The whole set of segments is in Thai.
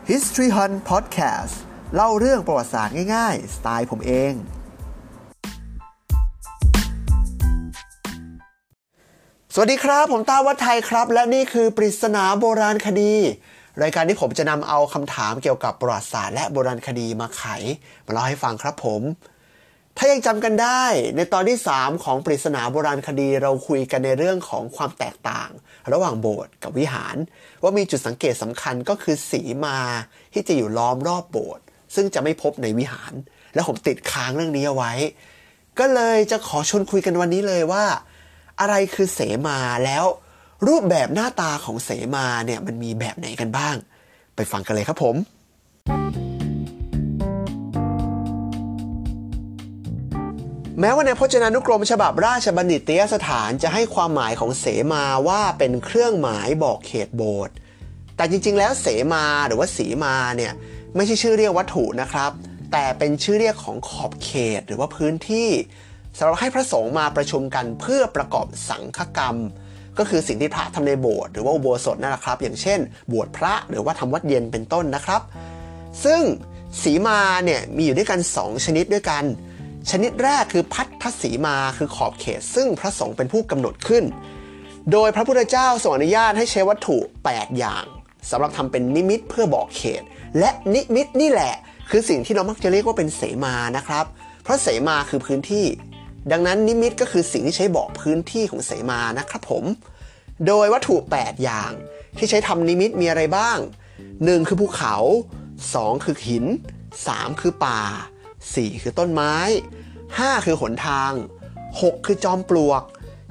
History Hunt Podcast เล่าเรื่องประวัติศาสตร์ง่ายๆสไตล์ผมเองสวัสดีครับผมต้าวัฒน์ไทยครับและนี่คือปริศนาโบราณคดีรายการที่ผมจะนำเอาคำถามเกี่ยวกับประวัติศาสตร์และโบราณคดีมาไขมาเล่าให้ฟังครับผมถ้ายังจำกันได้ในตอนที่3ของปริศนาโบราณคดีเราคุยกันในเรื่องของความแตกต่างระหว่างโบสถ์กับวิหารว่ามีจุดสังเกตสำคัญก็คือสีมาที่จะอยู่ล้อมรอบโบสถ์ซึ่งจะไม่พบในวิหารและผมติดค้างเรื่องนี้เอาไว้ก็เลยจะขอชวนคุยกันวันนี้เลยว่าอะไรคือเสมาแล้วรูปแบบหน้าตาของเสมาเนี่ยมันมีแบบไหนกันบ้างไปฟังกันเลยครับผมแม้ว่าในพจนานุกรมฉบับราชบัณฑิตยสถานจะให้ความหมายของเสมาว่าเป็นเครื่องหมายบอกเขตโบสถ์แต่จริงๆแล้วเสมาหรือว่าสีมาเนี่ยไม่ใช่ชื่อเรียกวัตถุนะครับแต่เป็นชื่อเรียกของขอบเขตหรือว่าพื้นที่สำหรับให้พระสงฆ์มาประชุมกันเพื่อประกอบสังฆกรรมก็คือสิ่งที่พระทำในโบสถ์หรือว่าอุโบสถนั่นแหละครับอย่างเช่นบวชพระหรือว่าทำวัดเย็นเป็นต้นนะครับซึ่งสีมาเนี่ยมีอยู่ด้วยกัน2ชนิดด้วยกันชนิดแรกคือพัทธสีมาคือขอบเขตซึ่งพระสงฆ์เป็นผู้กำหนดขึ้นโดยพระพุทธเจ้าทรงอนุญาตให้ใช้วัตถุ8อย่างสำหรับทำเป็นนิมิตเพื่อบอกเขตและนิมิตนี่แหละคือสิ่งที่เรามักจะเรียกว่าเป็นเสมานะครับเพราะเสมาคือพื้นที่ดังนั้นนิมิตก็คือสิ่งที่ใช้บอกพื้นที่ของเสมานะครับผมโดยวัตถุ8อย่างที่ใช้ทำนิมิตมีอะไรบ้าง1คือภูเขา2คือหิน3คือป่า4คือต้นไม้5คือหนทาง6คือจอมปลวก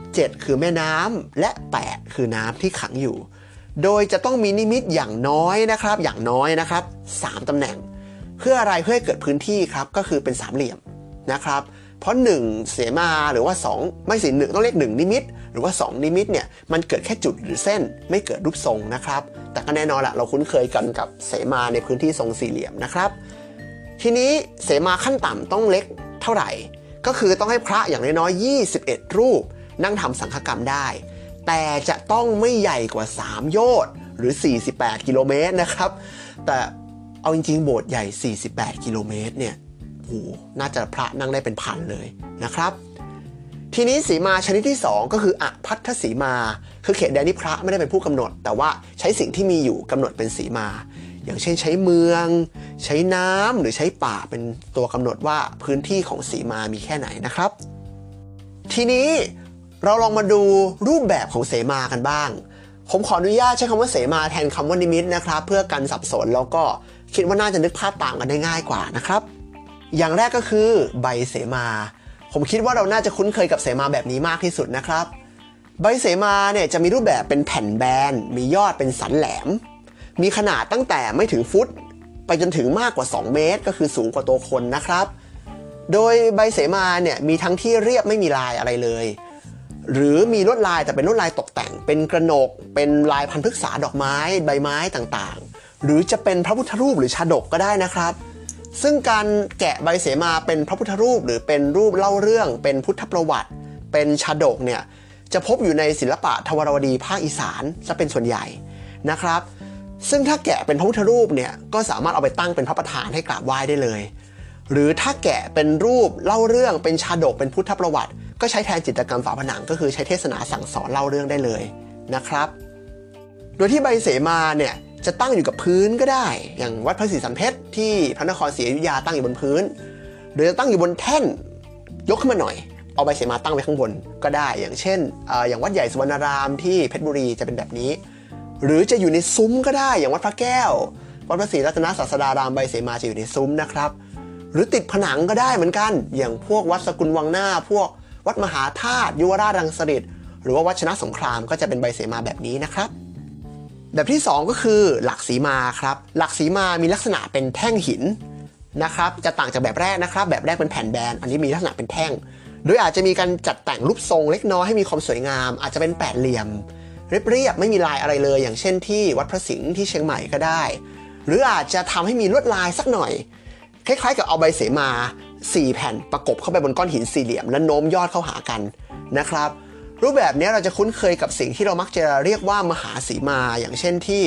7คือแม่น้ำและ8คือน้ำที่ขังอยู่โดยจะต้องมีนิมิตอย่างน้อยนะครับ3ตำแหน่งเพื่ออะไรเพื่อให้เกิดพื้นที่ครับก็คือเป็นสามเหลี่ยมนะครับเพราะ1เสมาหรือว่า2ไม่สิ1ต้องเรียก1นิมิตหรือว่า2นิมิตเนี่ยมันเกิดแค่จุดหรือเส้นไม่เกิดรูปทรงนะครับแต่ก็แน่นอนแหละเราคุ้นเคยกันกับเสมาในพื้นที่ทรงสี่เหลี่ยมนะครับทีนี้เสมาขั้นต่ำต้องเล็กเท่าไหร่ก็คือต้องให้พระอย่างน้อยๆ21รูปนั่งทำสังฆกรรมได้แต่จะต้องไม่ใหญ่กว่า3โยชน์หรือ48กิโลเมตรนะครับแต่เอาจริงๆโบสถ์ใหญ่48กิโลเมตรเนี่ยโอ้น่าจะพระนั่งได้เป็นพันเลยนะครับทีนี้สีมาชนิดที่2ก็คืออภัทธสีมาคือเขตแดนที่พระไม่ได้เป็นผู้กำหนดแต่ว่าใช้สิ่งที่มีอยู่กำหนดเป็นสีมาอย่างเช่นใช้เมืองใช้น้ำหรือใช้ป่าเป็นตัวกำหนดว่าพื้นที่ของสีมามีแค่ไหนนะครับทีนี้เราลองมาดูรูปแบบของเสมากันบ้างผมขออนุญาตใช้คำว่าเสมาแทนคำว่านิมิตนะครับเพื่อกันสับสนแล้วก็คิดว่าน่าจะนึกภาพต่างกันได้ง่ายกว่านะครับอย่างแรกก็คือใบเสมาผมคิดว่าเราน่าจะคุ้นเคยกับเสมาแบบนี้มากที่สุดนะครับใบเสมาเนี่ยจะมีรูปแบบเป็นแผ่นแบนมียอดเป็นสันแหลมมีขนาดตั้งแต่ไม่ถึงฟุตไปจนถึงมากกว่า2เมตรก็คือสูงกว่าตัวคนนะครับโดยใบเสมาเนี่ยมีทั้งที่เรียบไม่มีลายอะไรเลยหรือมีลวดลายแต่เป็นลวดลายตกแต่งเป็นกระหนกเป็นลายพันธุ์พฤกษาดอกไม้ใบไม้ต่างๆหรือจะเป็นพระพุทธรูปหรือชาดกก็ได้นะครับซึ่งการแกะใบเสมาเป็นพระพุทธรูปหรือเป็นรูปเล่าเรื่องเป็นพุทธประวัติเป็นชาดกเนี่ยจะพบอยู่ในศิลปะทวารวดีภาคอีสานจะเป็นส่วนใหญ่นะครับซึ่งถ้าแกะเป็นพระพุทธรูปเนี่ยก็สามารถเอาไปตั้งเป็นพระประธานให้กราบไหว้ได้เลยหรือถ้าแกะเป็นรูปเล่าเรื่องเป็นชาดกเป็นพุทธประวัติก็ใช้แทนจิตรกรรมฝาผนังก็คือใช้เทศนาสั่งสอนเล่าเรื่องได้เลยนะครับโดยที่ใบเสมาเนี่ยจะตั้งอยู่กับพื้นก็ได้อย่างวัดพระศรีสันเพชรที่พระนครศรีอยุธยาตั้งอยู่บนพื้นหรือจะตั้งอยู่บนแท่นยกขึ้นมาหน่อยเอาใบเสมาตั้งไว้ข้างบนก็ได้อย่างเช่นอย่างวัดใหญ่สุวรรณารามที่เพชรบุรีจะเป็นแบบนี้หรือจะอยู่ในซุ้มก็ได้อย่างวัดพระแก้ววัดพระศรีรัตนศาสดารามใบเสมาจะอยู่ในซุ้มนะครับหรือติดผนังก็ได้เหมือนกันอย่างพวกวัดสกุลวังหน้าพวกวัดมหาธาตุยุวราชรังสฤษฎ์หรือว่าวัดชนะสงครามก็จะเป็นใบเสมาแบบนี้นะครับแบบที่2ก็คือหลักสีมาครับหลักสีมามีลักษณะเป็นแท่งหินนะครับจะต่างจากแบบแรกนะครับแบบแรกเป็นแผ่นแบนอันนี้มีลักษณะเป็นแท่งโดยอาจจะมีการจัดแต่งรูปทรงเล็กน้อยให้มีความสวยงามอาจจะเป็นแปดเหลี่ยมเรียบๆไม่มีลายอะไรเลยอย่างเช่นที่วัดพระสิงห์ที่เชียงใหม่ก็ได้หรืออาจจะทำให้มีลวดลายสักหน่อยคล้ายๆกับเอาใบเสมา4แผ่นประกบเข้าไปบนก้อนหินสี่เหลี่ยมและโน้มยอดเข้าหากันนะครับ รูปแบบนี้เราจะคุ้นเคยกับสิ่งที่เรามักจะเรียกว่ามหาสีมาอย่างเช่นที่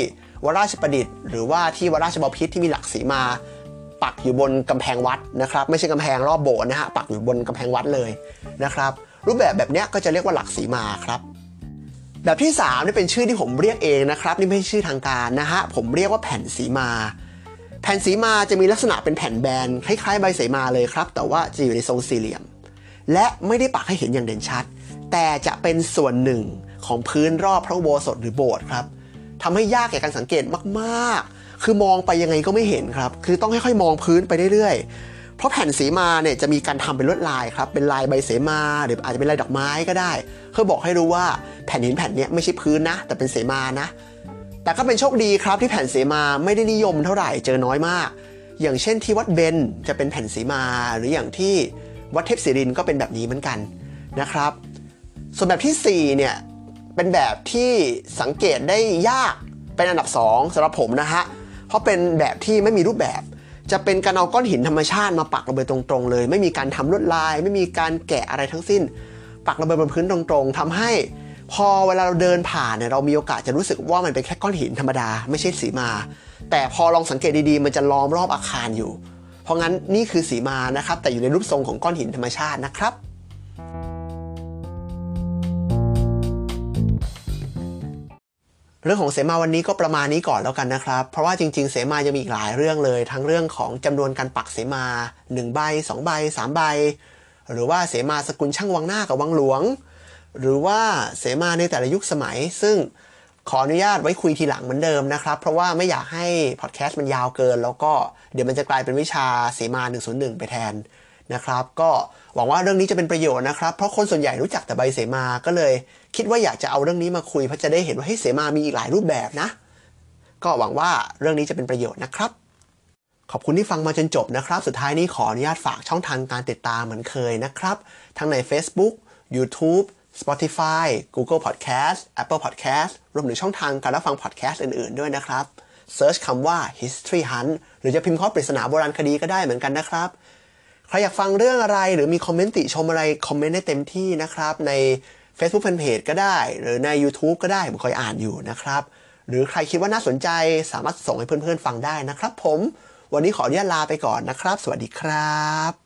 วัดราชประดิษฐ์หรือว่าที่วัดราชบพิตรที่มีหลักสีมาปักอยู่บนกำแพงวัดนะครับไม่ใช่กำแพงรอบโบสถ์นะฮะปักอยู่บนกำแพงวัดเลยนะครับรูปแบบนี้ก็จะเรียกว่าหลักสีมาครับแบบที่3นี่เป็นชื่อที่ผมเรียกเองนะครับนี่ไม่ใช่ชื่อทางการนะฮะผมเรียกว่าแผ่นสีมาแผ่นสีมาจะมีลักษณะเป็นแผ่นแบนคล้ายๆใบเสมาเลยครับแต่ว่าจะอยู่ในทรงสี่เหลี่ยมและไม่ได้ปักให้เห็นอย่างเด่นชัดแต่จะเป็นส่วนหนึ่งของพื้นรอบพระอุโบสถหรือโบสถ์ครับทำให้ยากแก่การสังเกตมากๆคือมองไปยังไงก็ไม่เห็นครับคือต้องค่อยๆมองพื้นไปเรื่อยๆเพราะแผ่นสีมาเนี่ยจะมีการทำเป็นลวดลายครับเป็นลายใบเสมาหรืออาจจะเป็นลายดอกไม้ก็ได้เพื่อบอกให้รู้ว่าแผ่นหินแผ่นนี้ไม่ใช่พื้นนะแต่เป็นเสมานะแต่ก็เป็นโชคดีครับที่แผ่นเสมาไม่ได้นิยมเท่าไหร่เจอน้อยมากอย่างเช่นที่วัดเบญจะเป็นแผ่นเสมาหรืออย่างที่วัดเทพศิรินทร์ก็เป็นแบบนี้เหมือนกันนะครับส่วนแบบที่4เนี่ยเป็นแบบที่สังเกตได้ยากเป็นอันดับ2สำหรับผมนะฮะเพราะเป็นแบบที่ไม่มีรูปแบบจะเป็นการเอาก้อนหินธรรมชาติมาปักลงไปตรงๆเลยไม่มีการทำลวดลายไม่มีการแกะอะไรทั้งสิ้นปักลงไปบนพื้นตรงๆทำให้พอเวลาเราเดินผ่านเนี่ยเรามีโอกาสจะรู้สึกว่ามันเป็นแค่ก้อนหินธรรมดาไม่ใช่สีมาแต่พอลองสังเกตดีๆมันจะล้อมรอบอาคารอยู่เพราะงั้นนี่คือสีมานะครับแต่อยู่ในรูปทรงของก้อนหินธรรมชาตินะครับเรื่องของเสมาวันนี้ก็ประมาณนี้ก่อนแล้วกันนะครับเพราะว่าจริงๆเสมายังมีอีกหลายเรื่องเลยทั้งเรื่องของจำนวนการปักเสมา1ใบ2ใบ3ใบหรือว่าเสมาสกุลช่างวังหน้ากับวังหลวงหรือว่าเสมาในแต่ละยุคสมัยซึ่งขออนุญาตไว้คุยทีหลังเหมือนเดิมนะครับเพราะว่าไม่อยากให้พอดแคสต์มันยาวเกินแล้วก็เดี๋ยวมันจะกลายเป็นวิชาเสมา101ไปแทนนะครับก็หวังว่าเรื่องนี้จะเป็นประโยชน์นะครับเพราะคนส่วนใหญ่รู้จักแต่ใบเสมาก็เลยคิดว่าอยากจะเอาเรื่องนี้มาคุยเพราะจะได้เห็นว่าเสมามีอีกหลายรูปแบบนะก็หวังว่าเรื่องนี้จะเป็นประโยชน์นะครับขอบคุณที่ฟังมาจนจบนะครับสุดท้ายนี้ขออนุญาตฝากช่องทางการติดตามเหมือนเคยนะครับทั้งใน Facebook YouTube Spotify Google Podcast Apple Podcast รวมถึงช่องทางการรับฟัง podcast อื่นๆด้วยนะครับเซิร์ชคำว่า History Hunt หรือจะพิมพ์ข้อปริศนาโบราณคดีก็ได้เหมือนกันนะครับใครอยากฟังเรื่องอะไรหรือมีคอมเมนต์ติชมอะไรคอมเมนต์ได้เต็มที่นะครับใน Facebook Fanpage ก็ได้หรือใน YouTube ก็ได้ผมคอยอ่านอยู่นะครับหรือใครคิดว่าน่าสนใจสามารถส่งให้เพื่อนๆฟังได้นะครับผมวันนี้ขออนุญาตลาไปก่อนนะครับสวัสดีครับ